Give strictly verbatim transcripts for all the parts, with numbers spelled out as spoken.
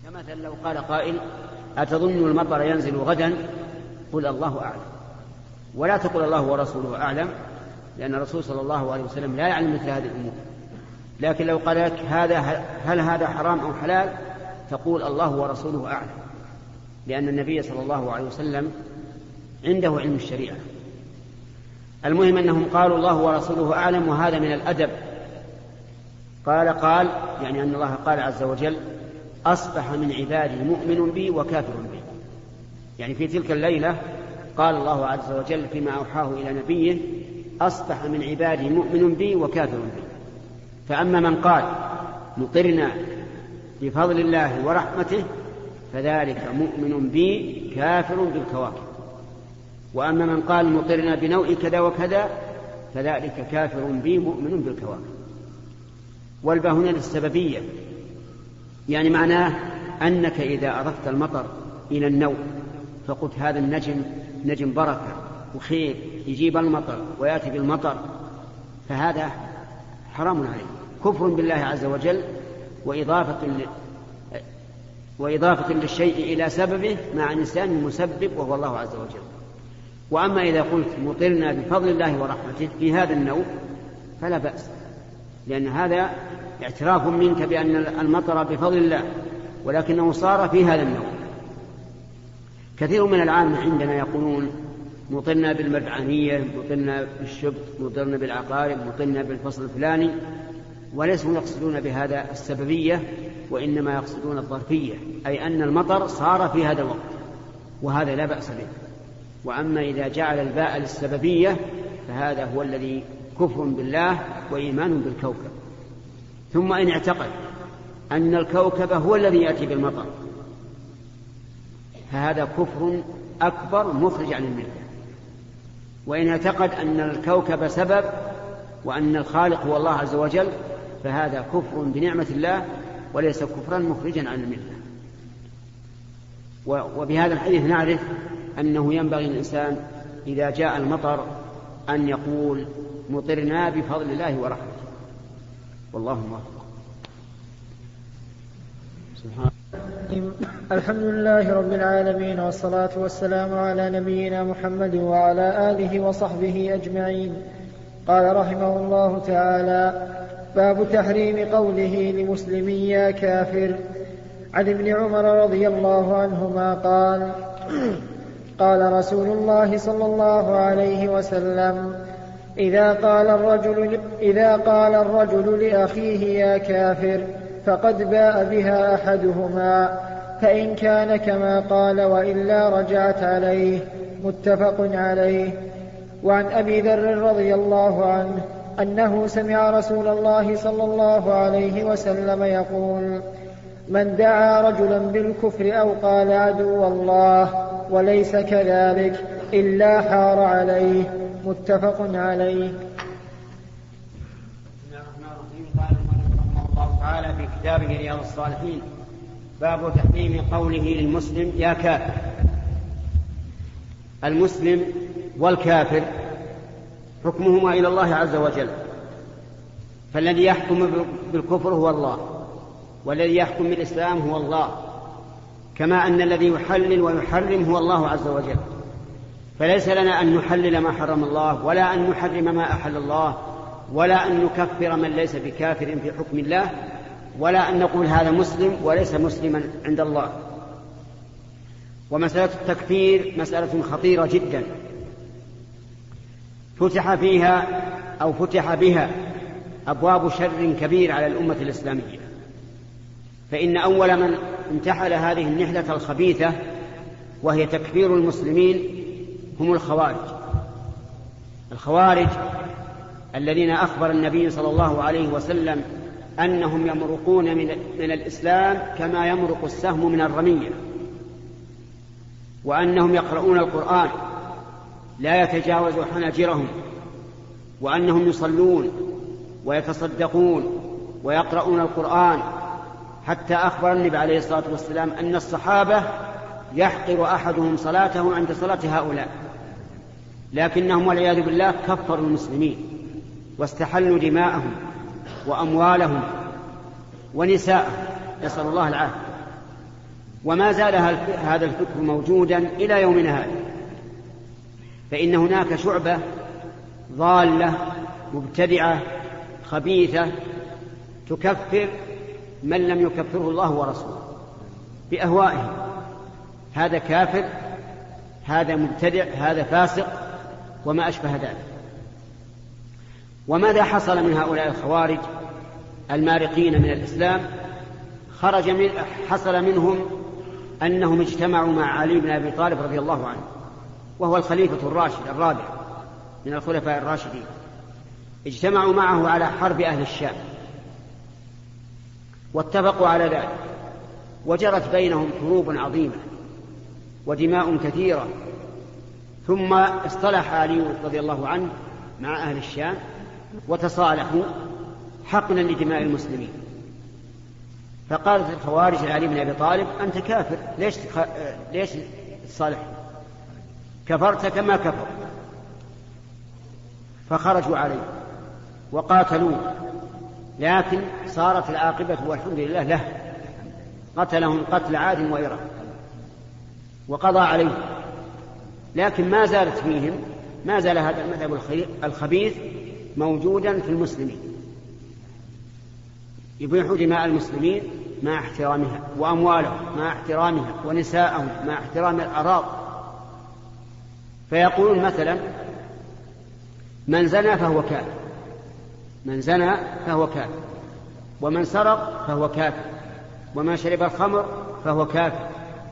كمثل لو قال قائل أتظن المطر ينزل غدا؟ قل الله أعلم، ولا تقل الله ورسوله أعلم، لأن الرسول صلى الله عليه وسلم لا يعلم مثل هذه الأمور. لكن لو قال لك هذا هل هذا حرام أو حلال، تقول الله ورسوله أعلم، لأن النبي صلى الله عليه وسلم عنده علم الشريعة. المهم أنهم قالوا الله ورسوله أعلم، وهذا من الأدب. قال قال يعني أن الله قال عز وجل أصبح من عبادي مؤمن بي وكافر بي، يعني في تلك الليلة قال الله عز وجل فيما أوحاه إلى نبيه أصبح من عبادي مؤمن بي وكافر بي. فأما من قال مطرنا بفضل الله ورحمته فذلك مؤمن بي كافر بالكواكب، وأما من قال مطرنا بنوع كذا وكذا فذلك كافر بي مؤمن بالكواكب. والباء هنا للسببية، يعني معناه أنك إذا أضفت المطر إلى النوع فقلت هذا النجم نجم بركة وخير يجيب المطر ويأتي بالمطر، فهذا حرام عليه، كفر بالله عز وجل وإضافة وإضافة للشيء إلى سببه مع نسيان المسبب وهو الله عز وجل. وأما إذا قلت مطرنا بفضل الله ورحمته في هذا النوع فلا بأس، لأن هذا اعتراف منك بأن المطر بفضل الله، ولكنه صار في هذا النوع. كثير من العامة عندنا يقولون مطرنا بالمرعانية، مطرنا بالشبط، مطرنا بالعقارب، مطرنا بالفصل الفلاني، وليسوا يقصدون بهذا السببية، وإنما يقصدون الظرفية، أي أن المطر صار في هذا الوقت، وهذا لا بأس به. وأما إذا جعل الباء للسببية فهذا هو الذي كفر بالله وإيمان بالكوكب. ثم إن اعتقد أن الكوكب هو الذي يأتي بالمطر فهذا كفر أكبر مخرج عن الملة. وإن اعتقد أن الكوكب سبب وأن الخالق هو الله عز وجل فهذا كفر بنعمة الله وليس كفرا مخرجا عن الملة. وبهذا الحديث نعرف أنه ينبغي الإنسان إذا جاء المطر أن يقول مطرنا بفضل الله ورحمته. والله موفق. سبحان الحمد لله رب العالمين، والصلاة والسلام على نبينا محمد وعلى آله وصحبه أجمعين. قال رحمه الله تعالى: باب تحريم قوله لمسلمي يا كافر. عن ابن عمر رضي الله عنهما قال: قال رسول الله صلى الله عليه وسلم: إذا قال الرجل, إذا قال الرجل لأخيه يا كافر فقد باء بها أحدهما، فإن كان كما قال وإلا رجعت عليه. متفق عليه. وعن أبي ذر رضي الله عنه أنه سمع رسول الله صلى الله عليه وسلم يقول: من دعا رجلا بالكفر أو قال عدو الله وليس كذلك إلا حار عليه. متفق عليه. بسم الله الرحمن الرحيم. قال المؤلف رحمه الله تعالى في كتابه رياض الصالحين: باب تحريم قوله للمسلم يا كافر. المسلم والكافر حكمهما إلى الله عز وجل، فالذي يحكم بالكفر هو الله، والذي يحكم بالإسلام هو الله، كما أن الذي يحلل ويحرم هو الله عز وجل. فليس لنا أن نحلل ما حرم الله، ولا أن نحرم ما أحل الله، ولا أن نكفر من ليس بكافر في حكم الله، ولا أن نقول هذا مسلم وليس مسلما عند الله. ومسألة التكفير مسألة خطيرة جدا، فتح فيها أو فتح بها أبواب شر كبير على الأمة الإسلامية. فإن أول من انتحل هذه النحلة الخبيثة وهي تكفير المسلمين هم الخوارج. الخوارج الذين أخبر النبي صلى الله عليه وسلم أنهم يمرقون من, من الإسلام كما يمرق السهم من الرمية، وأنهم يقرؤون القرآن لا يتجاوز حناجرهم، وأنهم يصلون ويتصدقون ويقرؤون القرآن، حتى أخبر النبي عليه الصلاة والسلام أن الصحابة يحقر أحدهم صلاته عند صلاة هؤلاء، لكنهم والعياذ بالله كفروا المسلمين واستحلوا دماءهم وأموالهم ونساءهم، نسأل الله العافية. وما زال هذا الفكر موجودا إلى يومنا هذا، فإن هناك شعبة ضالة مبتدعة خبيثة تكفر من لم يكفره الله ورسوله بأهوائهم، هذا كافر، هذا مبتدع، هذا فاسق، وما أشبه ذلك. وماذا حصل من هؤلاء الخوارج المارقين من الإسلام؟ خرج من حصل منهم أنهم اجتمعوا مع علي بن أبي طالب رضي الله عنه، وهو الخليفة الراشد الرابع من الخلفاء الراشدين، اجتمعوا معه على حرب أهل الشام واتفقوا على ذلك، وجرت بينهم حروب عظيمة ودماء كثيرة. ثم اصطلح علي رضي الله عنه مع أهل الشام وتصالحوا حقنا لدماء المسلمين. فقالت الخوارج لعلي بن أبي طالب: أنت كافر، ليش ليش تصالح؟ كفرت كما كفر. فخرجوا عليه وقاتلوه، لكن صارت العاقبة والحمد لله له، قتلهم قتل عاد وإرم وقضى عليه. لكن ما زالت فيهم ما زال هذا المذهب الخبيث موجودا في المسلمين، يبيحوا دماء المسلمين مع احترامها، وأموالهم مع احترامها، ونساءهم مع احترام الأراض. فيقولون مثلا: من زنى فهو كافر، من زنى فهو كافر، ومن سرق فهو كافر، ومن شرب الخمر فهو كافر.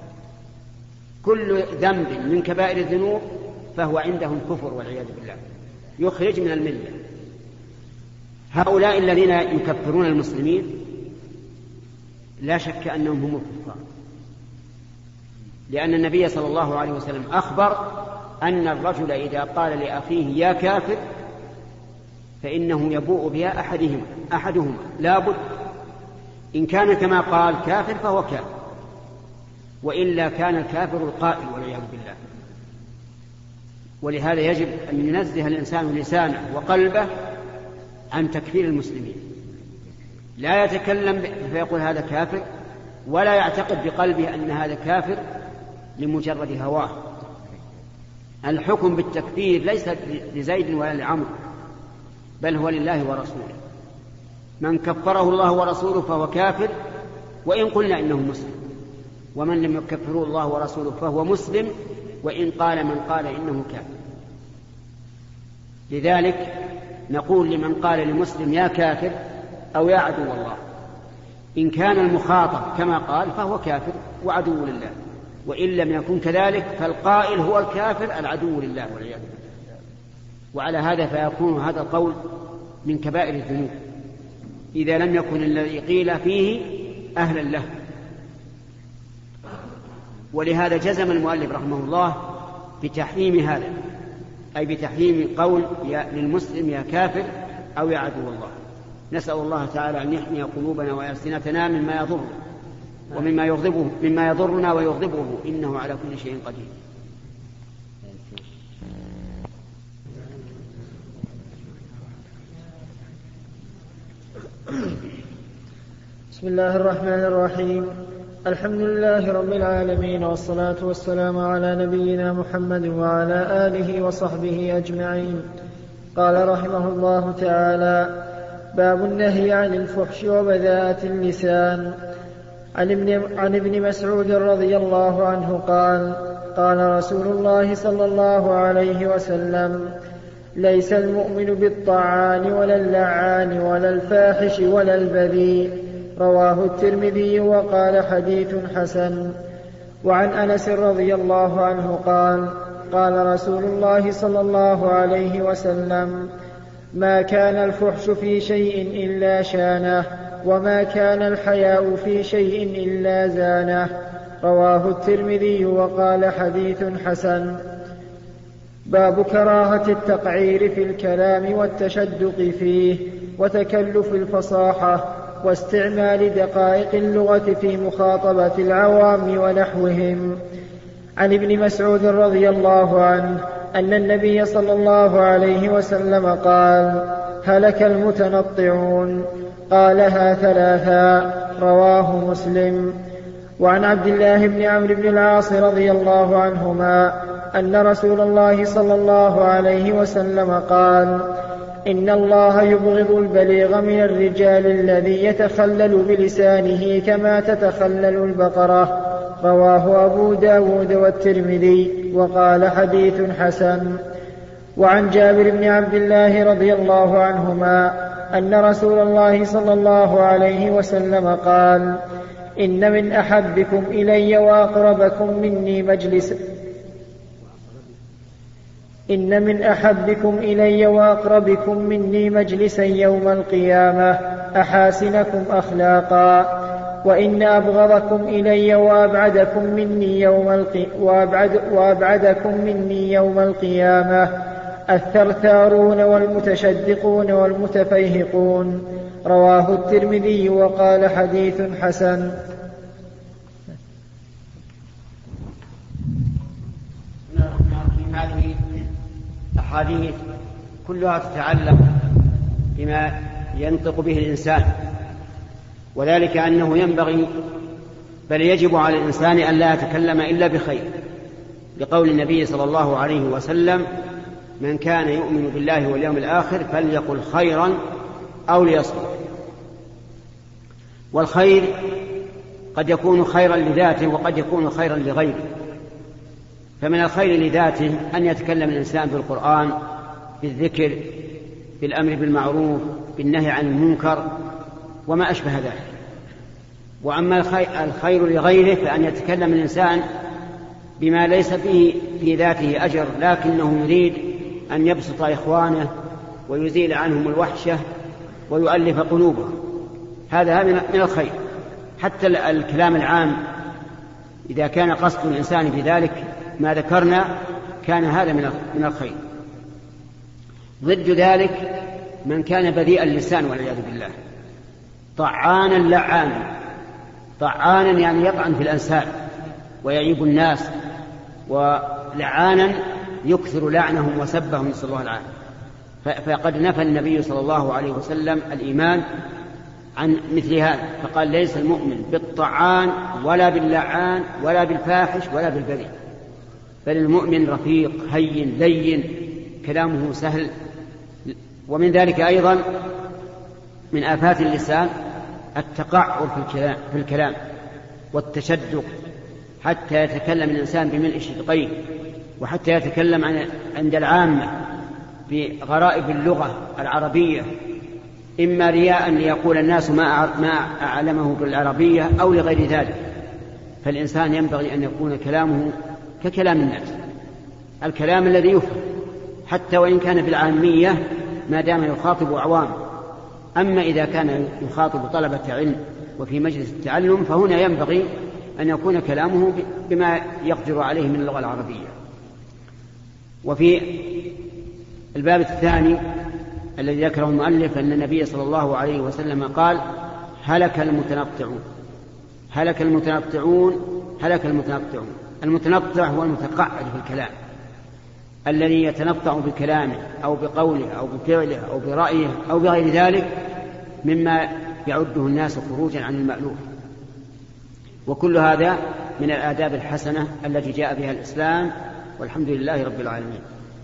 كل ذنب من كبائر الذنوب فهو عندهم كفر والعياذ بالله، يخرج من الملة. هؤلاء الذين يكفرون المسلمين لا شك أنهم هم الكفار، لأن النبي صلى الله عليه وسلم أخبر أن الرجل إذا قال لأخيه يا كافر فإنه يبوء بها أحدهما أحدهما لا بد، إن كان كما قال كافر فهو كافر، وإلا كان الكافر القائل والعياذ بالله. ولهذا يجب أن ينزه الإنسان لسانه وقلبه عن تكفير المسلمين، لا يتكلم فيقول هذا كافر، ولا يعتقد بقلبه أن هذا كافر لمجرد هواه. الحكم بالتكفير ليس لزيد ولا لعمرو، بل هو لله ورسوله. من كفره الله ورسوله فهو كافر، وإن قلنا إنه مسلم، ومن لم يكفره الله ورسوله فهو مسلم، وإن قال من قال إنه كافر. لذلك نقول لمن قال لمسلم يا كافر أو يا عدو الله، إن كان المخاطب كما قال فهو كافر وعدو لله، وإن لم يكن كذلك فالقائل هو الكافر العدو لله والعياذ بالله. وعلى هذا فيكون هذا القول من كبائر الذنوب إذا لم يكن الذي قيل فيه أهلا له. ولهذا جزم المؤلف رحمه الله بتحريم هذا، أي بتحريم قول للمسلم يا كافر أو يا عدو الله. نسأل الله تعالى أن يحمي قلوبنا وألسنتنا مما يضر ومما يغضبه مما يضرنا ويغضبه، إنه على كل شيء قدير. بسم الله الرحمن الرحيم. الحمد لله رب العالمين، والصلاة والسلام على نبينا محمد وعلى آله وصحبه أجمعين. قال رحمه الله تعالى: باب النهي عن الفحش وبذاءة اللسان. عن ابن, عن ابن مسعود رضي الله عنه قال: قال رسول الله صلى الله عليه وسلم: ليس المؤمن بالطعان ولا اللعان ولا الفاحش ولا البذيء. رواه الترمذي وقال حديث حسن. وعن أنس رضي الله عنه قال: قال رسول الله صلى الله عليه وسلم: ما كان الفحش في شيء إلا شانه، وما كان الحياء في شيء إلا زانه. رواه الترمذي وقال حديث حسن. باب كراهة التقعير في الكلام والتشدق فيه وتكلف الفصاحة واستعمال دقائق اللغة في مخاطبة العوام ونحوهم. عن ابن مسعود رضي الله عنه أن النبي صلى الله عليه وسلم قال: هلك المتنطعون. قالها ثلاثا. رواه مسلم. وعن عبد الله بن عمرو بن العاص رضي الله عنهما أن رسول الله صلى الله عليه وسلم قال: إن الله يبغض البليغ من الرجال الذي يتخلل بلسانه كما تتخلل البقرة. رواه أبو داود والترمذي وقال: حديث حسن. وعن جابر بن عبد الله رضي الله عنهما أن رسول الله صلى الله عليه وسلم قال: إن من أحبكم إلي وأقربكم مني مجلسا إن من أحبكم إلي وأقربكم مني مجلسا يوم القيامة أحاسنكم أخلاقا، وإن أبغضكم إلي وأبعدكم مني يوم القي... وأبعد... وأبعدكم مني يوم القيامة الثرثارون والمتشدقون والمتفيهقون. رواه الترمذي وقال: حديث حسن. هذه الأحاديث كلها تتعلق بما ينطق به الإنسان، وذلك أنه ينبغي بل يجب على الإنسان أن لا يتكلم إلا بخير، لقول النبي صلى الله عليه وسلم: من كان يؤمن بالله واليوم الآخر فليقل خيرا أو ليصمت. والخير قد يكون خيرا لذاته وقد يكون خيرا لغيره. فمن الخير لذاته أن يتكلم الإنسان بالقرآن، بالذكر، بالأمر بالمعروف، بالنهي عن المنكر وما أشبه ذلك. وأما الخير لغيره فأن يتكلم الإنسان بما ليس فيه في ذاته أجر، لكنه يريد أن يبسط إخوانه ويزيل عنهم الوحشة ويؤلف قلوبهم. هذا من الخير. حتى الكلام العام إذا كان قصد الإنسان في ذلك ما ذكرنا كان هذا من الخير. ضد ذلك من كان بذيء اللسان والعياذ بالله، طعانا لعانا. طعانا يعني يطعن في الأنساب ويعيب الناس، ولعانا يكثر لعنهم وسبهم، نسأل الله العافية. فقد نفى النبي صلى الله عليه وسلم الإيمان عن مثل هذا، فقال: ليس المؤمن بالطعان ولا باللعان ولا بالفاحش ولا بالبذيء، بل المؤمن رفيق هين لين كلامه سهل. ومن ذلك أيضا من آفات اللسان التقعر في الكلام والتشدق، حتى يتكلم الإنسان بملء الشدقين، وحتى يتكلم عند العامة بغرائب اللغة العربية، إما رياء ليقول الناس ما أعلمه بالعربية أو لغير ذلك. فالإنسان ينبغي أن يكون كلامه ككلام الناس، الكلام الذي يفهم حتى وإن كان بالعامية ما دام يخاطب عوام. أما إذا كان يخاطب طلبة علم وفي مجلس التعلم فهنا ينبغي أن يكون كلامه بما يقدر عليه من اللغة العربية. وفي الباب الثاني الذي ذكره المؤلف أن النبي صلى الله عليه وسلم قال: هلك المتنطعون. هلك المتنطعون هلك المتنطعون. المتنطع هو المتقعد في الكلام، الذي يتنطع بكلامه أو بقوله أو بفعله أو برأيه أو بغير ذلك مما يعده الناس خروجا عن المألوف. وكل هذا من الآداب الحسنة التي جاء بها الإسلام، والحمد لله رب العالمين.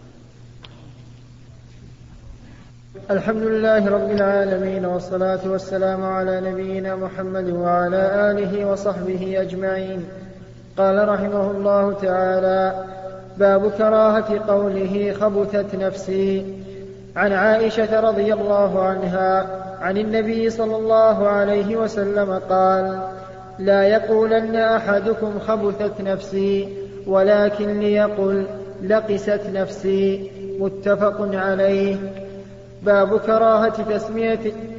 الحمد لله رب العالمين، والصلاة والسلام على نبينا محمد وعلى آله وصحبه أجمعين. قال رحمه الله تعالى: باب كراهة قوله خبثت نفسي. عن عائشة رضي الله عنها عن النبي صلى الله عليه وسلم قال: لا يقولن أحدكم خبثت نفسي، ولكن ليقل لقست نفسي. متفق عليه. باب كراهة تسمية.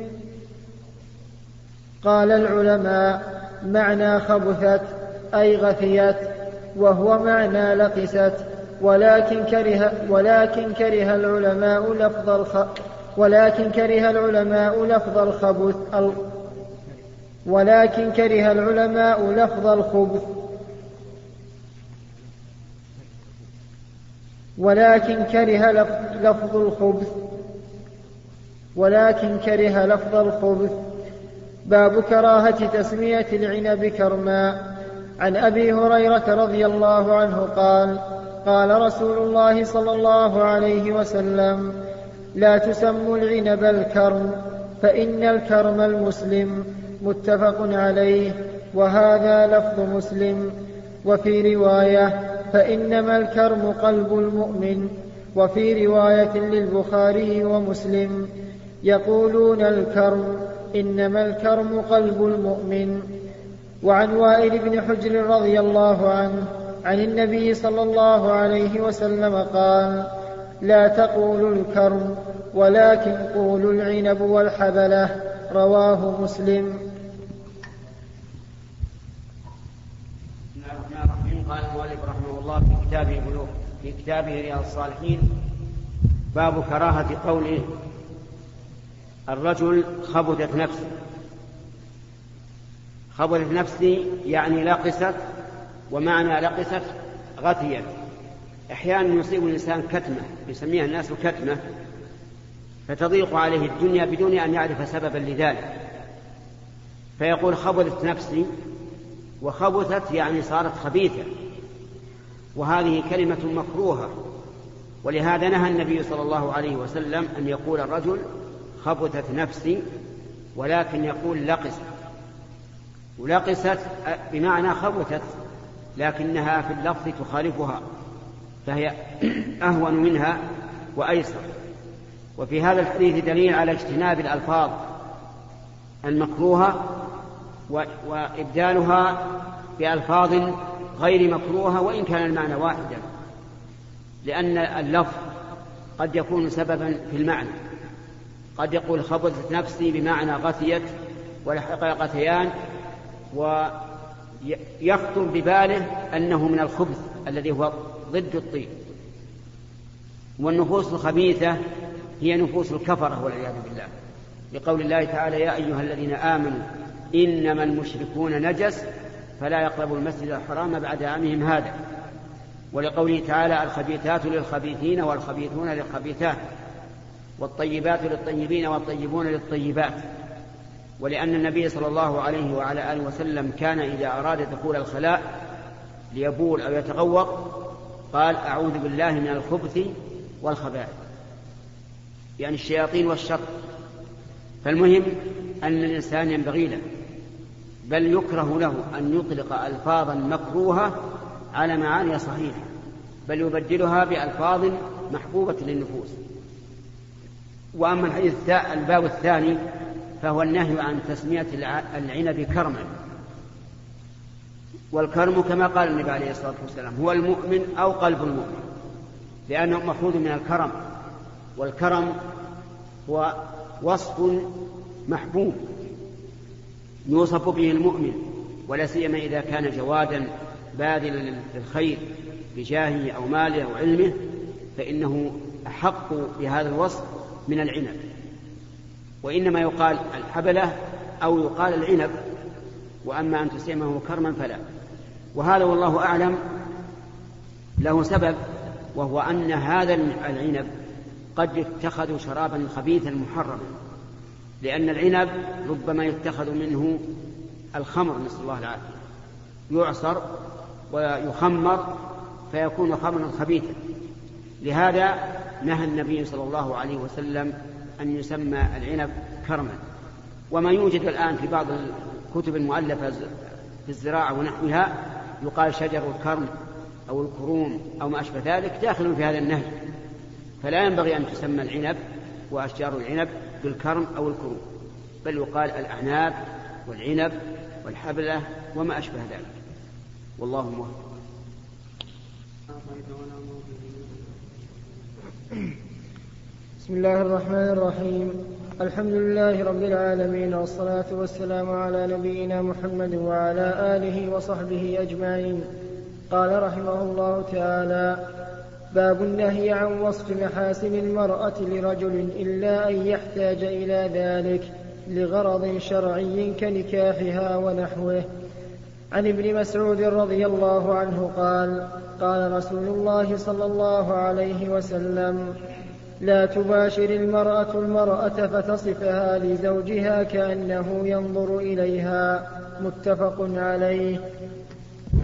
قال العلماء: معنى خبثت أي غثيت، وهو معنى لقست، ولكن كره ولكن كره العلماء لفظ الخ ولكن كره العلماء لفظ الخبث ولكن كره العلماء لفظ الخبث ولكن كره لفظ الخبث ولكن كره لفظ الخبث. باب كراهة تسمية العنب كرما. عن أبي هريرة رضي الله عنه قال قال رسول الله صلى الله عليه وسلم لا تسموا العنب الكرم فإن الكرم المسلم. متفق عليه، وهذا لفظ مسلم. وفي رواية فإنما الكرم قلب المؤمن. وفي رواية للبخاري ومسلم يقولون الكرم إنما الكرم قلب المؤمن. وعن وائل بن حجر رضي الله عنه عن النبي صلى الله عليه وسلم قال لا تقولوا الكرم ولكن قولوا العنب والحبلة. رواه مسلم. قال المؤلف رحمه الله في كتابه بلوغ في كتابه رياض الصالحين باب كراهة قوله الرجل خبثت نفسه. خبثت نفسي يعني لقست، ومعنى لقست غثيت. أحيانا يصيب الإنسان كتمة يسميها الناس كتمة، فتضيق عليه الدنيا بدون أن يعرف سببا لذلك، فيقول خبثت نفسي. وخبثت يعني صارت خبيثة، وهذه كلمة مكروهة، ولهذا نهى النبي صلى الله عليه وسلم أن يقول الرجل خبثت نفسي، ولكن يقول لقست. ولقست بمعنى خبثت، لكنها في اللفظ تخالفها، فهي أهون منها وأيسر. وفي هذا الحديث دليل على اجتناب الألفاظ المكروهة وإبدالها بألفاظ غير مكروهة وإن كان المعنى واحدا، لأن اللفظ قد يكون سببا في المعنى. قد يقول خبثت نفسي بمعنى غثيت ولحق غثيان، ويخطر بباله أنه من الخبث الذي هو ضد الطيب. والنفوس الخبيثة هي نفوس الكفرة والعياذ بالله، لقول الله تعالى يا أيها الذين آمنوا إنما المشركون نجس فلا يقربوا المسجد الحرام بعد عامهم هذا. ولقوله تعالى الخبيثات للخبيثين والخبيثون للخبيثات والطيبات للطيبين والطيبون للطيبات. ولأن النبي صلى الله عليه وعلى آله وسلم كان إذا أراد دخول الخلاء ليبول أو يتغوط قال أعوذ بالله من الخبث والخبائث، يعني الشياطين والشر. فالمهم أن الإنسان ينبغي له بل يكره له أن يطلق ألفاظا مكروهة على معاني صحيحة، بل يبدلها بألفاظ محبوبة للنفوس. وأما الحديث الباب الثاني فهو النهي عن تسمية العنب كرما. والكرم كما قال النبي عليه الصلاة والسلام هو المؤمن أو قلب المؤمن، لأنه مأخوذ من الكرم، والكرم هو وصف محبوب يوصف به المؤمن، ولا سيما إذا كان جوادا باذلا للخير بجاهه أو ماله أو علمه، فإنه أحق بهذا الوصف من العنب. وإنما يقال الحبلة أو يقال العنب، وأما أن تسميه كرما فلا. وهذا والله أعلم له سبب، وهو أن هذا العنب قد يتخذ شرابا خبيثا محرما، لأن العنب ربما يتخذ منه الخمر نسأل الله العافية، يعصر ويخمر فيكون خمرا خبيثا. لهذا نهى النبي صلى الله عليه وسلم أن يسمى العنب كرما. وما يوجد الآن في بعض الكتب المؤلفة في الزراعة ونحوها يقال شجر الكرم أو الكروم أو ما أشبه ذلك داخل في هذا النهي، فلا ينبغي أن تسمى العنب وأشجار العنب بالكرم أو الكروم، بل يقال الأعناب والعنب والحبلة وما أشبه ذلك. والله موفق. بسم الله الرحمن الرحيم. الحمد لله رب العالمين، والصلاة والسلام على نبينا محمد وعلى آله وصحبه أجمعين. قال رحمه الله تعالى: باب النهي عن وصف محاسن المرأة لرجل إلا أن يحتاج إلى ذلك لغرض شرعي كنكاحها ونحوه. عن ابن مسعود رضي الله عنه قال: قال رسول الله صلى الله عليه وسلم: لا تباشر المرأة المرأة فتصفها لزوجها كأنه ينظر إليها. متفق عليه.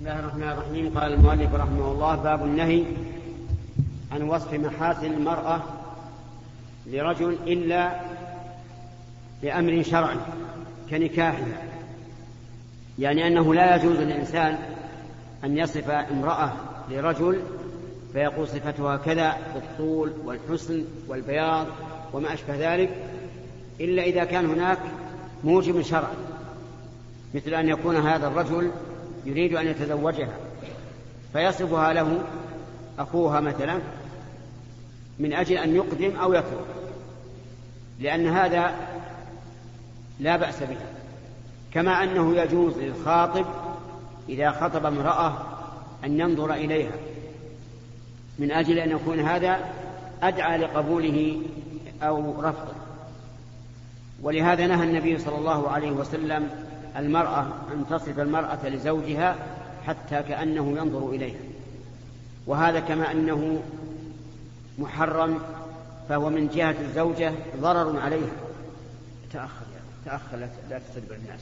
بسم الله الرحمن الرحيم. قال المؤلف رحمه الله: باب النهي عن وصف محاسن المرأة لرجل إلا بأمر شرعي كنكاحها، يعني أنه لا يجوز للإنسان أن يصف امرأة لرجل فيقول صفتها كذا بالطول والحسن والبياض وما أشبه ذلك إلا إذا كان هناك موجب شرعي، مثل أن يكون هذا الرجل يريد أن يتزوجها فيصفها له أخوها مثلا من أجل أن يقدم أو يترك، لأن هذا لا بأس به. كما أنه يجوز للخاطب إذا خطب امرأة أن ينظر إليها من أجل أن يكون هذا أدعى لقبوله أو رفضه. ولهذا نهى النبي صلى الله عليه وسلم المرأة أن تصف المرأة لزوجها حتى كأنه ينظر إليها، وهذا كما أنه محرم فهو من جهة الزوجة ضرر عليها. تأخر تأخر لا تستدبر الناس.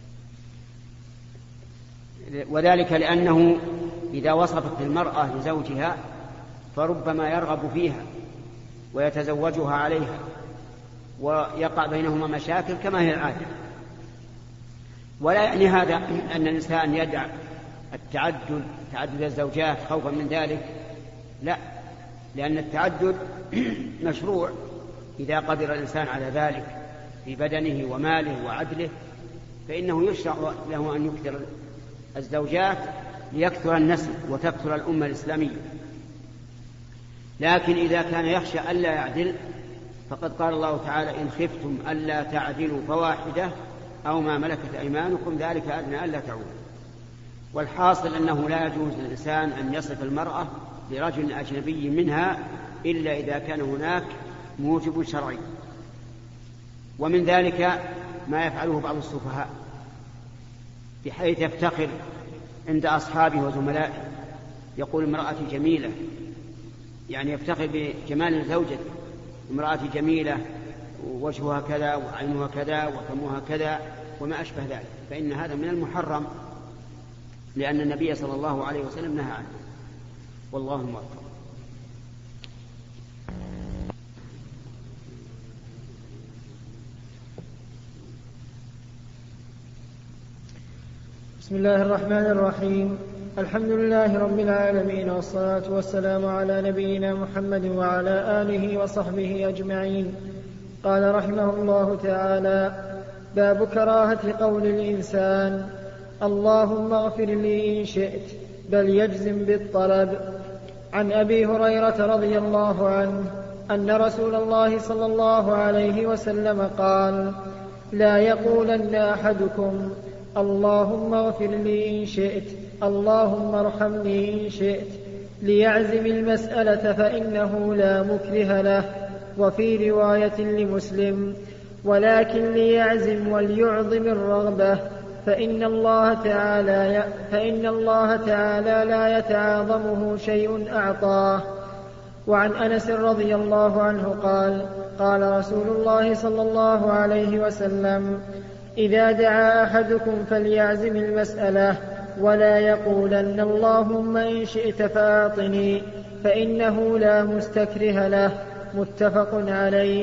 وذلك لأنه إذا وصفت المرأة لزوجها فربما يرغب فيها ويتزوجها عليها ويقع بينهما مشاكل كما هي العادة. ولا يعني هذا أن الإنسان يدع التعدد تعدد الزوجات خوفا من ذلك، لا، لأن التعدد مشروع إذا قدر الإنسان على ذلك في بدنه وماله وعدله، فإنه يشرع له أن يكثر الزوجات ليكثر النسل وتكثر الأمة الإسلامية. لكن إذا كان يخشى ألا يعدل فقد قال الله تعالى: إن خفتم ألا تعدلوا فواحدة أو ما ملكت أيمانكم ذلك أدنى ألا تعودوا. والحاصل أنه لا يجوز للإنسان أن يصف المرأة لرجل أجنبي منها إلا إذا كان هناك موجب شرعي. ومن ذلك ما يفعله بعض السفهاء بحيث يفتخر عند أصحابه وزملائه، يقول امرأتي جميلة، يعني يفتخر بجمال زوجته، امرأتي جميلة ووجهها كذا وعينها كذا وفمها كذا وما أشبه ذلك، فإن هذا من المحرم لأن النبي صلى الله عليه وسلم نهى عنه. والله موفق. بسم الله الرحمن الرحيم. الحمد لله رب العالمين، والصلاة والسلام على نبينا محمد وعلى آله وصحبه أجمعين. قال رحمه الله تعالى: باب كراهة قول الإنسان اللهم اغفر لي إن شئت، بل يجزم بالطلب. عن أبي هريرة رضي الله عنه أن رسول الله صلى الله عليه وسلم قال: لا يقولن أحدكم اللهم اغفر لي إن شئت، اللهم ارحمني إن شئت، ليعزم المسألة فإنه لا مكره له. وفي رواية لمسلم: ولكن ليعزم وليعظم الرغبة، فإن الله تعالى فإن الله تعالى لا يتعاظمه شيء أعطاه. وعن أنس رضي الله عنه قال: قال رسول الله صلى الله عليه وسلم: إذا دعا أحدكم فليعزم المسألة، ولا يقولن اللهم إن شئت فأعطني، فإنه لا مستكره له. متفق عليه.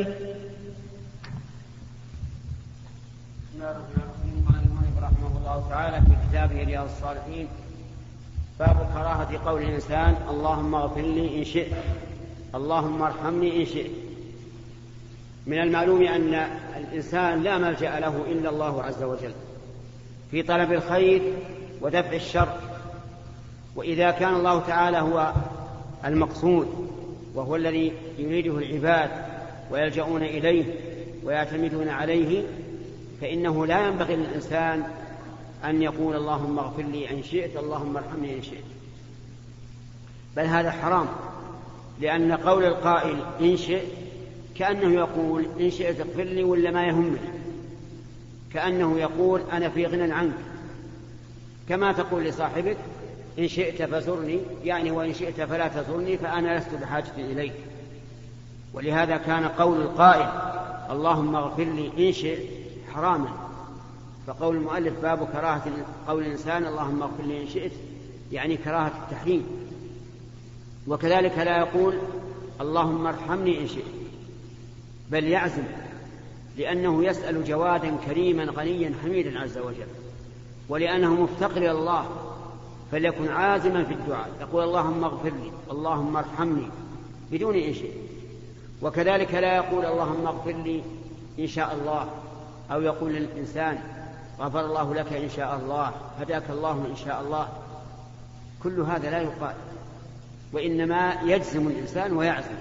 قال المؤلف رحمه الله تعالى في كتابه رياض الصالحين: باب كراهة قول الإنسان اللهم اغفر لي إن شئت، اللهم ارحمني إن شئت. من المعلوم أن الإنسان لا ملجأ له إلا الله عز وجل في طلب الخير ودفع الشر، وإذا كان الله تعالى هو المقصود وهو الذي يريده العباد ويلجؤون إليه ويعتمدون عليه، فإنه لا ينبغي للإنسان أن يقول اللهم اغفر لي إن شئت، اللهم ارحمني إن شئت، بل هذا حرام، لأن قول القائل إن شئت كأنه يقول إن شئت اغفر لي ولا ما يهمني، كأنه يقول أنا في غنى عنك، كما تقول لصاحبك إن شئت فزرني، يعني وإن شئت فلا تزرني فأنا لست بحاجة إليك. ولهذا كان قول القائل اللهم اغفر لي إن شئت حراما. فقول المؤلف باب كراهة قول الإنسان اللهم اغفر لي إن شئت يعني كراهة التحريم. وكذلك لا يقول اللهم ارحمني إن شئت، بل يعزم، لأنه يسأل جوادا كريما غنيا حميدا عز وجل، ولأنه مفتقر إلى الله، فليكن عازما في الدعاء، يقول اللهم اغفر لي، اللهم ارحمني، بدون إن شئت. وكذلك لا يقول اللهم اغفر لي إن شاء الله، أو يقول للإنسان غفر الله لك إن شاء الله، هداك الله إن شاء الله، كل هذا لا يقال، وإنما يجزم الإنسان ويعزم.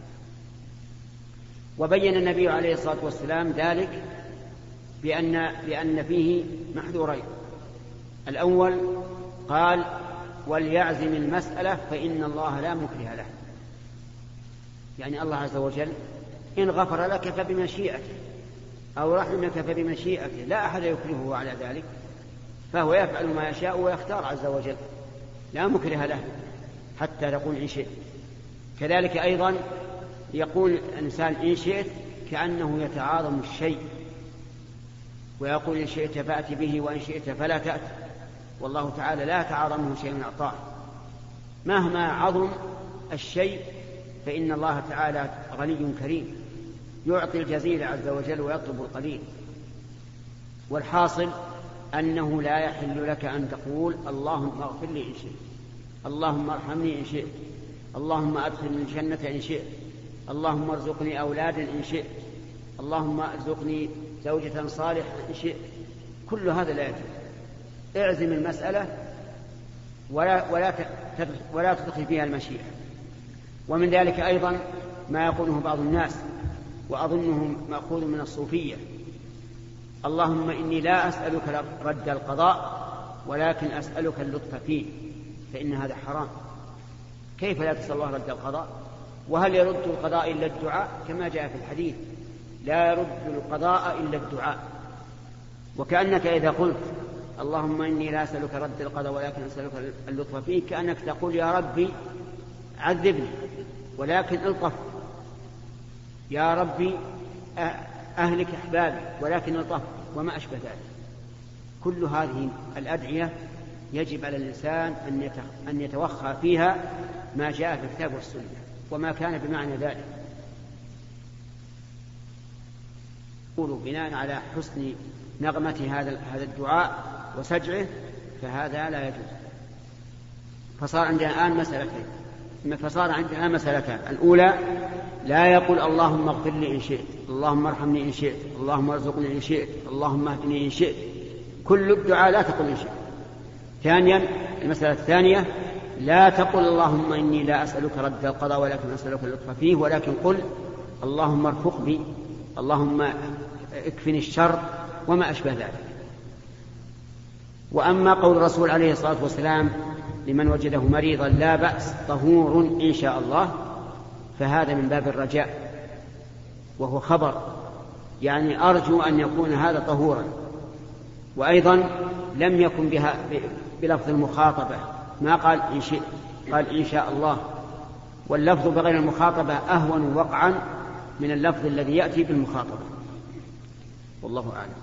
وبين النبي عليه الصلاة والسلام ذلك بأن, بأن فيه محذورين. الأول قال وليعزم المسألة فإن الله لا مكره له، يعني الله عز وجل إن غفر لك فبمشيئته، أو رحمك فبمشيئته، لا أحد يكرهه على ذلك، فهو يفعل ما يشاء ويختار عز وجل، لا مكره له حتى تقول إن شئت. كذلك أيضا يقول الإنسان إن شئت كأنه يتعاظم الشيء، ويقول إن شئت فأت به وإن شئت فلا تأت، والله تعالى لا يتعاظمه شيء من أعطاه. مهما عظم الشيء فإن الله تعالى غني كريم، يعطي الجزيل عز وجل ويطلب القليل. والحاصل أنه لا يحل لك أن تقول اللهم اغفر لي إن شئت، اللهم ارحمني إن شئت، اللهم أدخلني الجنة إن شئت، اللهم ارزقني أولادا إن شئت، اللهم ارزقني زوجة صالحة إن شئت، كل هذا لا يجوز. اعزم المسألة ولا, ولا, ولا تدخل فيها المشيئة. ومن ذلك أيضا ما يقوله بعض الناس، وأظنه مأخوذ من الصوفية، اللهم إني لا أسألك رد القضاء ولكن أسألك اللطف فيه، فإن هذا حرام. كيف لا تسأل الله رد القضاء؟ وهل يرد القضاء إلا الدعاء؟ كما جاء في الحديث لا يرد القضاء إلا الدعاء. وكأنك إذا قلت اللهم إني لا أسألك رد القضاء ولكن أسألك اللطف فيه، كأنك تقول يا ربي عذبني ولكن الطف، يا ربي أهلك أحبابي ولكن الطف، وما أشبه ذلك. كل هذه الأدعية يجب على الإنسان أن يتوخى فيها ما جاء في الكتاب والسنة وما كان بمعنى ذلك. قولوا بناء على حسن نغمة هذا هذا الدعاء وسجعه فهذا لا يجوز. فصار عندنا الآن مسألتين، فصار عندنا مسألتان. الأولى لا يقول اللهم اغفر لي إن شئت، اللهم ارحمني إن شئت، اللهم ارزقني إن شئت، اللهم اهدني إن شئت، كل الدعاء لا تقول إن شئت. ثانيا المسألة الثانية لا تقل اللهم إني لا أسألك رد القضاء ولكن أسألك اللطف فيه، ولكن قل اللهم ارفق بي، اللهم اكفني الشر، وما أشبه ذلك. وأما قول الرسول عليه الصلاة والسلام لمن وجده مريضا لا بأس طهور إن شاء الله، فهذا من باب الرجاء، وهو خبر، يعني أرجو أن يكون هذا طهورا. وأيضا لم يكن بها بلفظ المخاطبة، ما قال إن شئت، قال إن شاء الله، واللفظ بغير المخاطبة أهون وقعا من اللفظ الذي يأتي بالمخاطبة، والله أعلم.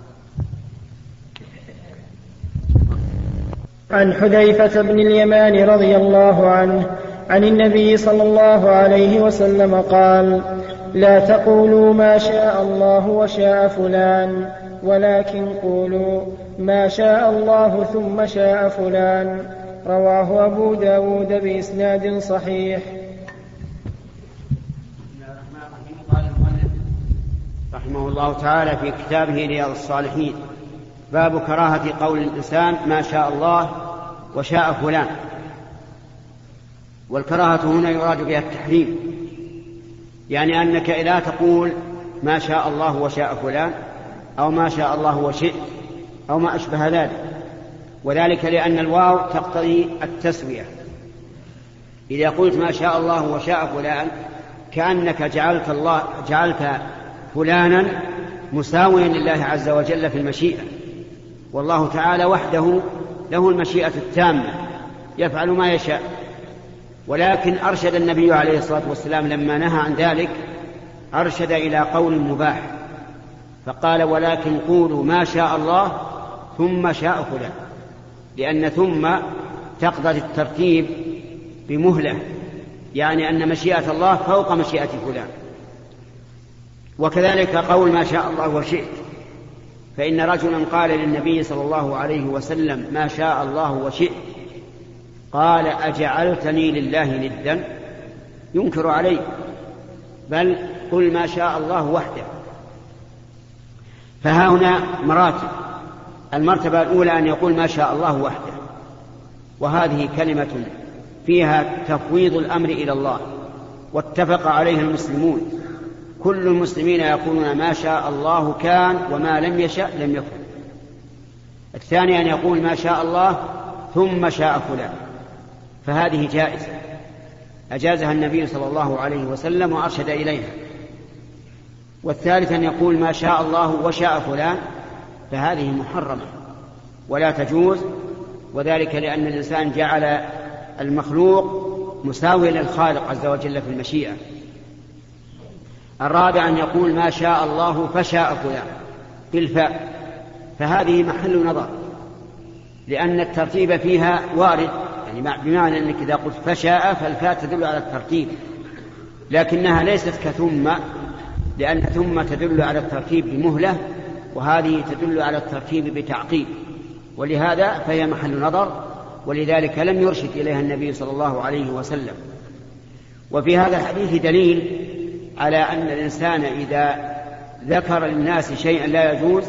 عن حذيفة بن اليمان رضي الله عنه عن النبي صلى الله عليه وسلم قال: لا تقولوا ما شاء الله وشاء فلان، ولكن قولوا ما شاء الله ثم شاء فلان. رواه أبو داود بإسناد صحيح. رحمه الله تعالى في كتابه رياض الصالحين باب كراهة قول الإنسان ما شاء الله وشاء فلان. والكراهة هنا يراد بها التحريم، يعني أنك لا تقول ما شاء الله وشاء فلان أو ما شاء الله وشئت أو ما أشبه ذلك، وذلك لأن الواو تقتضي التسوية. إذا قلت ما شاء الله وشاء فلان كأنك جعلت الله جعلت فلانا مساويا لله عز وجل في المشيئة، والله تعالى وحده له المشيئة التامة يفعل ما يشاء. ولكن أرشد النبي عليه الصلاة والسلام لما نهى عن ذلك أرشد إلى قول مباح، فقال: ولكن قولوا ما شاء الله ثم شاء فلان، لأن ثم تقضي الترتيب بمهلة، يعني أن مشيئة الله فوق مشيئة فلان. وكذلك قول ما شاء الله وشئت، فإن رجلا قال للنبي صلى الله عليه وسلم ما شاء الله وشئت، قال أجعلتني لله ندا؟ ينكر عليه، بل قل ما شاء الله وحده. فها هنا مراتب. المرتبة الأولى أن يقول ما شاء الله وحده، وهذه كلمة فيها تفويض الأمر إلى الله، واتفق عليه المسلمون، كل المسلمين يقولون ما شاء الله كان وما لم يشاء لم يكن. الثاني أن يقول ما شاء الله ثم شاء فلان، فهذه جائزة أجازها النبي صلى الله عليه وسلم وأرشد إليها. والثالث أن يقول ما شاء الله وشاء فلان، فهذه محرمة ولا تجوز، وذلك لأن الإنسان جعل المخلوق مساويا للخالق عز وجل في المشيئة. الرابع أن يقول ما شاء الله فشاء فلان بالفاء، فهذه محل نظر، لأن الترتيب فيها وارد، يعني بمعنى أنك إذا قلت فشاء فالفاء تدل على الترتيب، لكنها ليست كثم، لأن ثم تدل على الترتيب بمهلة، وهذه تدل على الترتيب بتعقيب، ولهذا فهي محل نظر، ولذلك لم يرشد إليها النبي صلى الله عليه وسلم. وفي هذا الحديث دليل على أن الإنسان إذا ذكر للناس شيئا لا يجوز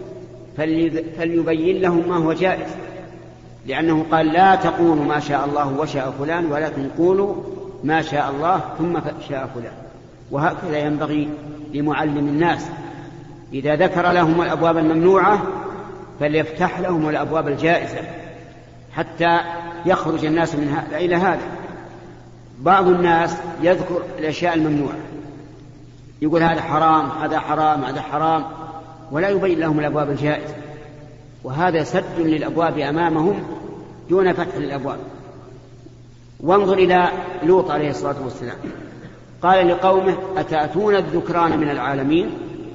فليبين لهم ما هو جائز، لأنه قال لا تقولوا ما شاء الله وشاء فلان، ولكن قولوا ما شاء الله ثم شاء فلان. وهكذا ينبغي لمعلم الناس، إذا ذكر لهم الأبواب الممنوعة فليفتح لهم الأبواب الجائزة حتى يخرج الناس من هذا إلى هذا. بعض الناس يذكر الأشياء الممنوعة، يقول هذا حرام هذا حرام هذا حرام، ولا يبين لهم الأبواب الجائزة، وهذا سد للأبواب أمامهم دون فتح للأبواب. وانظر إلى لوط عليه الصلاة والسلام، قال لقومه أتأتون الذكران من العالمين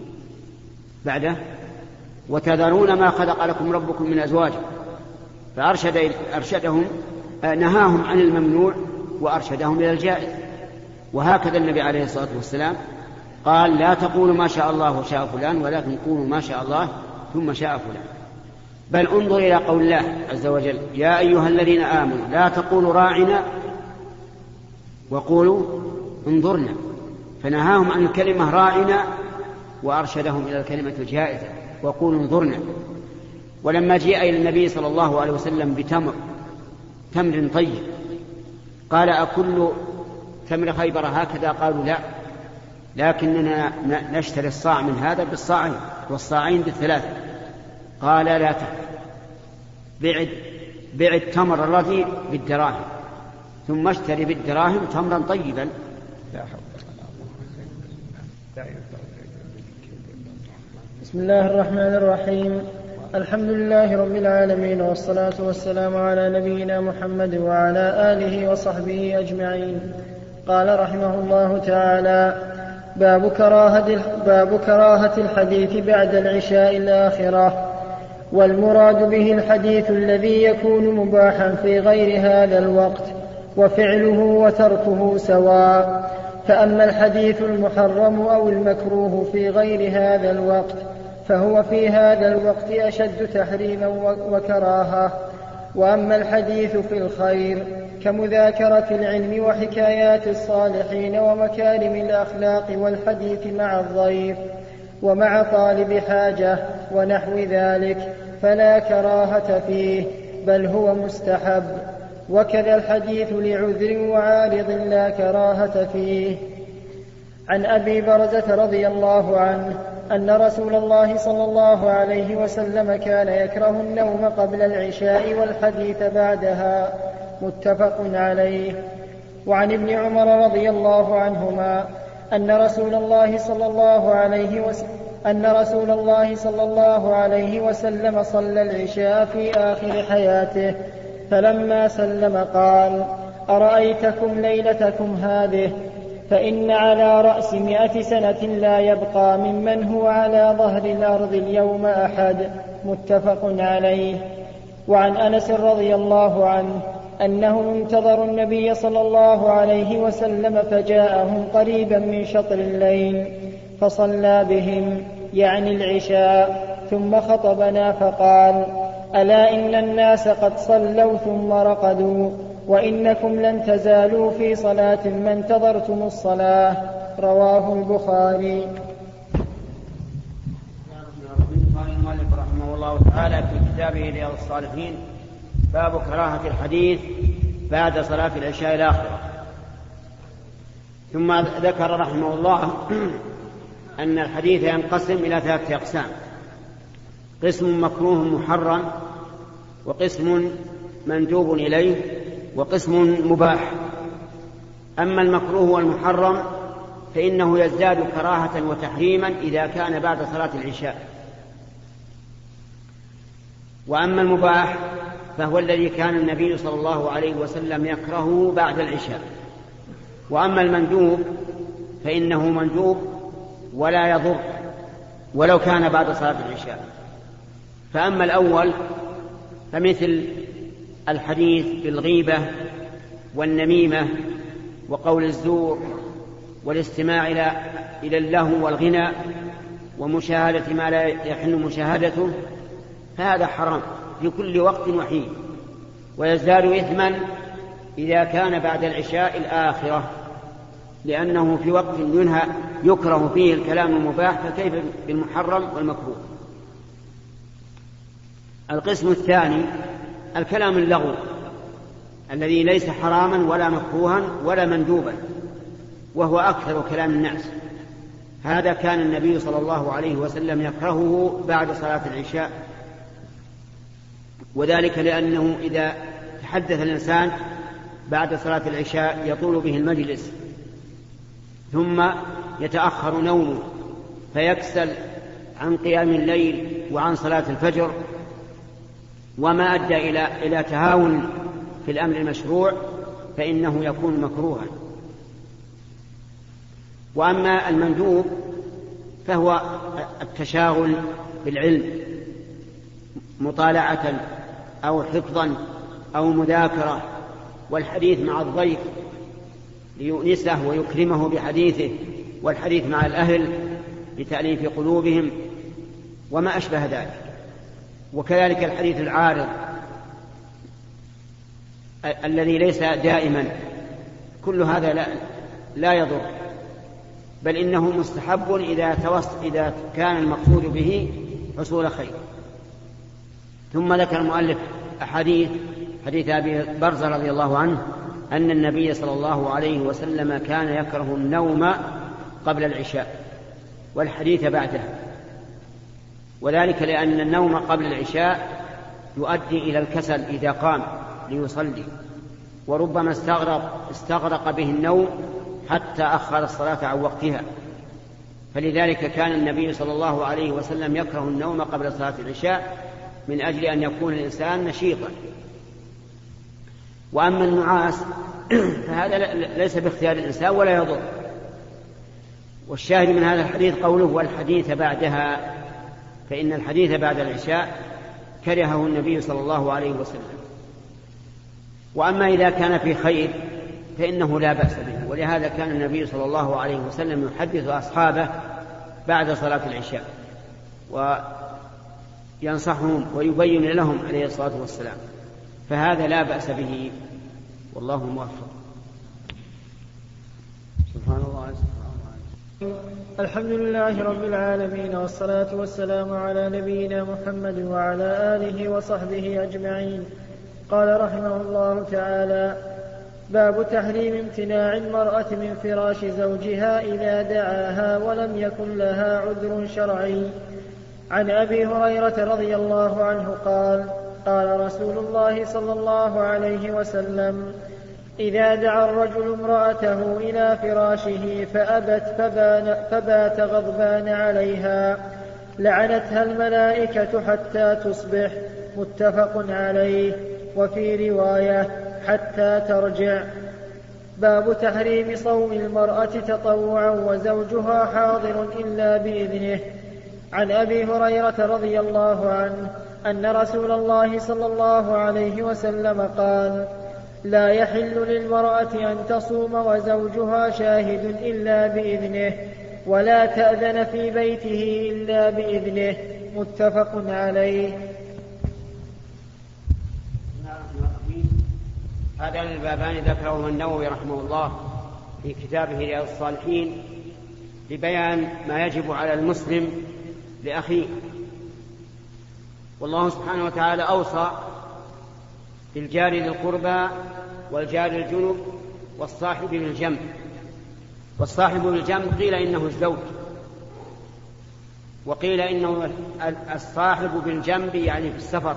بعده وتذرون ما خلق لكم ربكم من أزواج، فأرشد أرشدهم نهاهم عن الممنوع وأرشدهم إلى الجائز. وهكذا النبي عليه الصلاة والسلام قال لا تقولوا ما شاء الله وشاء فلان، ولكن قولوا ما شاء الله ثم شاء فلان. بل انظر إلى قول الله عز وجل يا أيها الذين آمنوا لا تقولوا راعنا وقولوا انظرنا، فنهاهم عن الكلمة راعنا وأرشدهم إلى الكلمة الجائزة وقولوا انظرنا. ولما جاء إلى النبي صلى الله عليه وسلم بتمر تمر طيب قال أكل تمر خيبر هكذا؟ قالوا لا، لكننا نشتري الصاع من هذا بالصاعين والصاعين بالثلاثة. قال لا تفعل، بعد بع التمر الرديء بالدراهم ثم اشتري بالدراهم تمرا طيبا. بسم الله الرحمن الرحيم. الحمد لله رب العالمين، والصلاة والسلام على نبينا محمد وعلى آله وصحبه أجمعين. قال رحمه الله تعالى باب كراهة, باب كراهة الحديث بعد العشاء الآخرة. والمراد به الحديث الذي يكون مباحا في غير هذا الوقت، وفعله وتركه سواء. فأما الحديث المحرم أو المكروه في غير هذا الوقت فهو في هذا الوقت أشد تحريما وكراهة. وأما الحديث في الخير كمذاكرة العلم وحكايات الصالحين ومكارم الأخلاق والحديث مع الضيف ومع طالب حاجة ونحو ذلك فلا كراهة فيه، بل هو مستحب. وكذا الحديث لعذر وعارض لا كراهة فيه. عن أبي برزة رضي الله عنه أن رسول الله صلى الله عليه وسلم كان يكره النوم قبل العشاء والحديث بعدها، متفق عليه. وعن ابن عمر رضي الله عنهما أن رسول الله صلى الله عليه وسلم أن رسول الله صلى الله عليه وسلم صلى العشاء في آخر حياته، فلما سلم قال أرأيتكم ليلتكم هذه فإن على رأس مئة سنة لا يبقى ممن هو على ظهر الأرض اليوم أحد، متفق عليه. وعن أنس رضي الله عنه أنهم انتظروا النبي صلى الله عليه وسلم فجاءهم قريبا من شطر الليل فصلى بهم يعني العشاء ثم خطبنا فقال: ألا إن الناس قد صلوا ثم رقدوا وإنكم لن تزالوا في صلاة ما انتظرتم الصلاة. رواه البخاري. قال المؤلف رحمه الله تعالى في كتابه رياض الصالحين: باب كراهة الحديث بعد صلاة العشاء الآخرة. ثم ذكر رحمه الله أن الحديث ينقسم إلى ثلاثة أقسام: قسم مكروه محرم، وقسم مندوب إليه، وقسم مباح. أما المكروه والمحرم فإنه يزداد كراهة وتحريما إذا كان بعد صلاة العشاء. وأما المباح فهو الذي كان النبي صلى الله عليه وسلم يكرهه بعد العشاء. وأما المندوب فإنه مندوب ولا يضر ولو كان بعد صلاة العشاء. فأما الأول فمثل الحديث بالغيبة والنميمة وقول الزور والاستماع إلى اللهو والغنى ومشاهدة ما لا يحل مشاهدته، فهذا حرام في كل وقت وحين، ويزداد إثما إذا كان بعد العشاء الآخرة، لأنه في وقت ينهى يكره فيه الكلام المباح، فكيف بالمحرم والمكروه. القسم الثاني الكلام اللغو الذي ليس حراما ولا مكروها ولا مندوبا، وهو أكثر كلام الناس. هذا كان النبي صلى الله عليه وسلم يكرهه بعد صلاة العشاء، وذلك لأنه إذا تحدث الإنسان بعد صلاة العشاء يطول به المجلس، ثم يتأخر نومه فيكسل عن قيام الليل وعن صلاة الفجر، وما أدى إلى إلى تهاون في الأمر المشروع، فإنه يكون مكروها. وأما المندوب فهو التشاغل بالعلم مطالعة أو حفظا أو مذاكرة، والحديث مع الضيف ليؤنسه ويكرمه بحديثه، والحديث مع الأهل لتأليف قلوبهم وما أشبه ذلك. وكذلك الحديث العارض الذي ليس دائما، كل هذا لا, لا يضر، بل إنه مستحب إذا, إذا كان المقصود به حصول خير. ثم ذكر المؤلف أحاديث: حديث أبي برزة رضي الله عنه أن النبي صلى الله عليه وسلم كان يكره النوم قبل العشاء والحديث بعدها، وذلك لأن النوم قبل العشاء يؤدي إلى الكسل إذا قام ليصلي، وربما استغرق, استغرق به النوم حتى أخر الصلاة عن وقتها. فلذلك كان النبي صلى الله عليه وسلم يكره النوم قبل صلاة العشاء من أجل أن يكون الإنسان نشيطا. وأما النعاس فهذا ليس باختيار الإنسان ولا يضر. والشاهد من هذا الحديث قوله: والحديث بعدها، فإن الحديث بعد العشاء كرهه النبي صلى الله عليه وسلم. وأما إذا كان في خير فإنه لا بأس به، ولهذا كان النبي صلى الله عليه وسلم يحدث أصحابه بعد صلاة العشاء وينصحهم ويبين لهم عليه الصلاة والسلام، فهذا لا بأس به، والله موفق. سبحان الله. الحمد لله رب العالمين، والصلاة والسلام على نبينا محمد وعلى آله وصحبه أجمعين. قال رحمه الله تعالى: باب تحريم امتناع المرأة من فراش زوجها إذا دعاها ولم يكن لها عذر شرعي. عن أبي هريرة رضي الله عنه قال: قال رسول الله صلى الله عليه وسلم: إذا دعا الرجل امرأته إلى فراشه فأبت فبات غضبان عليها لعنتها الملائكة حتى تصبح. متفق عليه. وفي رواية: حتى ترجع. باب تحريم صوم المرأة تطوعا وزوجها حاضر إلا بإذنه. عن أبي هريرة رضي الله عنه أن رسول الله صلى الله عليه وسلم قال: لا يحل للمرأة أن تصوم وزوجها شاهد إلا بإذنه، ولا تأذن في بيته إلا بإذنه. متفق عليه. هذان البابان ذكرهما النووي رحمه الله في كتابه رياض الصالحين لبيان ما يجب على المسلم لأخيه. والله سبحانه وتعالى أوصى بالجار ذي القربى والجار الجنب والصاحب بالجنب. والصاحب بالجنب قيل إنه الزوج، وقيل إنه الصاحب بالجنب يعني في السفر.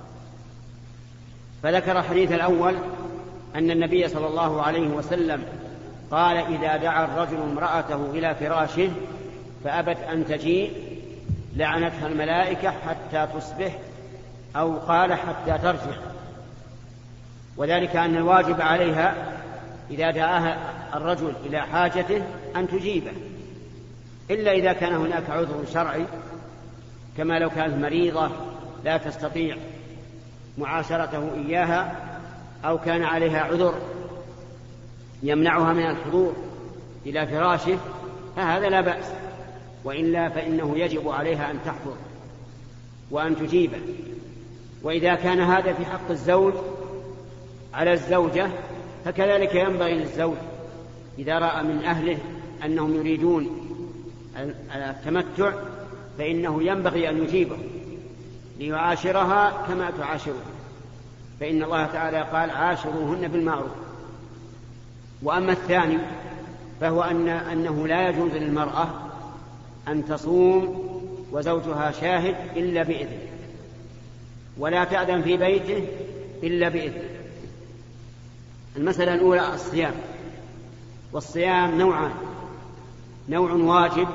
فذكر الحديث الأول أن النبي صلى الله عليه وسلم قال: إذا دعا الرجل امرأته إلى فراشه فأبت أن تجيء لعنتها الملائكة حتى تصبح، أو قال حتى ترجع. وذلك أن الواجب عليها إذا دعاها الرجل إلى حاجته أن تجيبه، إلا إذا كان هناك عذر شرعي، كما لو كانت مريضة لا تستطيع معاشرته إياها، أو كان عليها عذر يمنعها من الحضور إلى فراشه، فهذا لا بأس. وإلا فإنه يجب عليها أن تحضر وأن تجيبه. وإذا كان هذا في حق الزوج على الزوجة، فكذلك ينبغي للزوج إذا رأى من أهله أنهم يريدون التمتع فإنه ينبغي أن يجيبه ليعاشرها كما تعاشره، فإن الله تعالى قال: عاشروهن بالمعروف. وأما الثاني فهو أن أنه لا يجوز للمرأة أن تصوم وزوجها شاهد إلا بإذنه، ولا تأذن في بيته إلا بإذنه. المسألة الأولى الصيام، والصيام نوعان: نوع واجب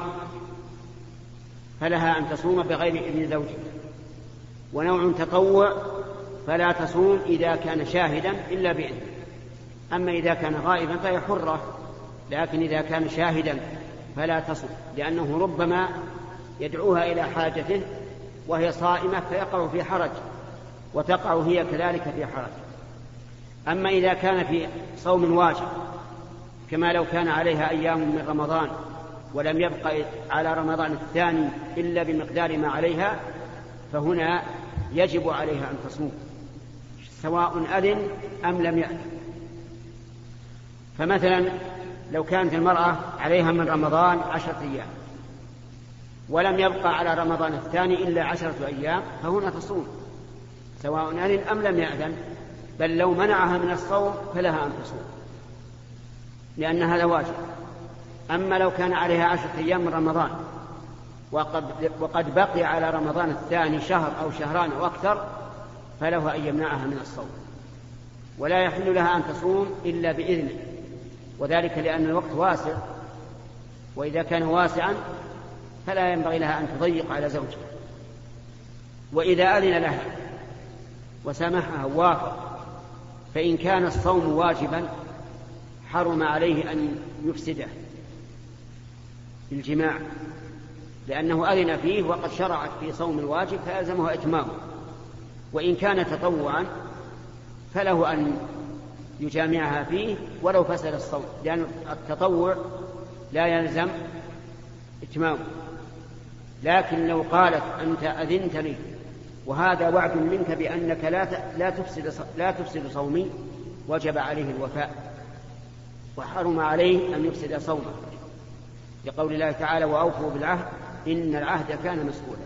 فلها أن تصوم بغير إذن زوجها، ونوع تطوع فلا تصوم إذا كان شاهدا إلا بإذنه. أما إذا كان غائبا فهي حرة، لكن إذا كان شاهدا فلا تصوم، لأنه ربما يدعوها إلى حاجته وهي صائمة فيقع في حرج، وتقع هي كذلك في حرج. أما إذا كان في صوم واجب، كما لو كان عليها أيام من رمضان ولم يبقى على رمضان الثاني إلا بمقدار ما عليها، فهنا يجب عليها أن تصوم سواء أذن أم لم يأذن. فمثلا لو كانت المرأة عليها من رمضان عشرة أيام ولم يبقى على رمضان الثاني إلا عشرة أيام، فهنا تصوم سواء أذن أم لم يأذن، بل لو منعها من الصوم فلها أن تصوم لأن هذا واجب. أما لو كان عليها عشرة أيام من رمضان وقد, وقد بقي على رمضان الثاني شهر أو شهران أو أكثر، فله أن يمنعها من الصوم، ولا يحل لها أن تصوم إلا بإذنه، وذلك لأن الوقت واسع، وإذا كان واسعا فلا ينبغي لها أن تضيق على زوجها. وإذا أذن لها وسامحها ووافق، فإن كان الصوم واجبا حرم عليه أن يفسده بالجماع، لأنه أذن فيه وقد شرعت في صوم الواجب فألزمه إتمامه. وإن كان تطوعا فله أن يجامعها فيه ولو فسد الصوم، لأن التطوع لا يلزم إتمامه. لكن لو قالت: أنت أذنت لي وهذا وعد منك بأنك لا تفسد لا تفسد صومي، وجب عليه الوفاء، وحرم عليه أن يفسد صومه، لقول الله تعالى: وأوفوا بالعهد إن العهد كان مسؤولا.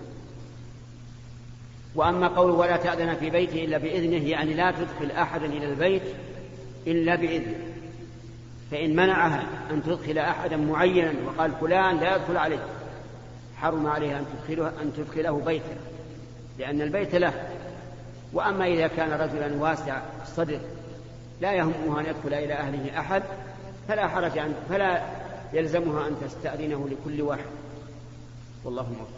وأما قول ولا تأذن في بيته إلا بإذنه، يعني لا تدخل أحدا إلى البيت إلا بإذنه. فإن منعها أن تدخل أحدا معينا وقال فلان لا يدخل عليه، حرم عليها أن تدخله, أن تدخله بيته، لأن البيت له. وأما إذا كان رجلا واسع الصدر لا يهمها أن يدخل إلى أهله أحد، فلا حرج عنه، فلا يلزمها أن تستأذنه لكل واحد. والله موفق.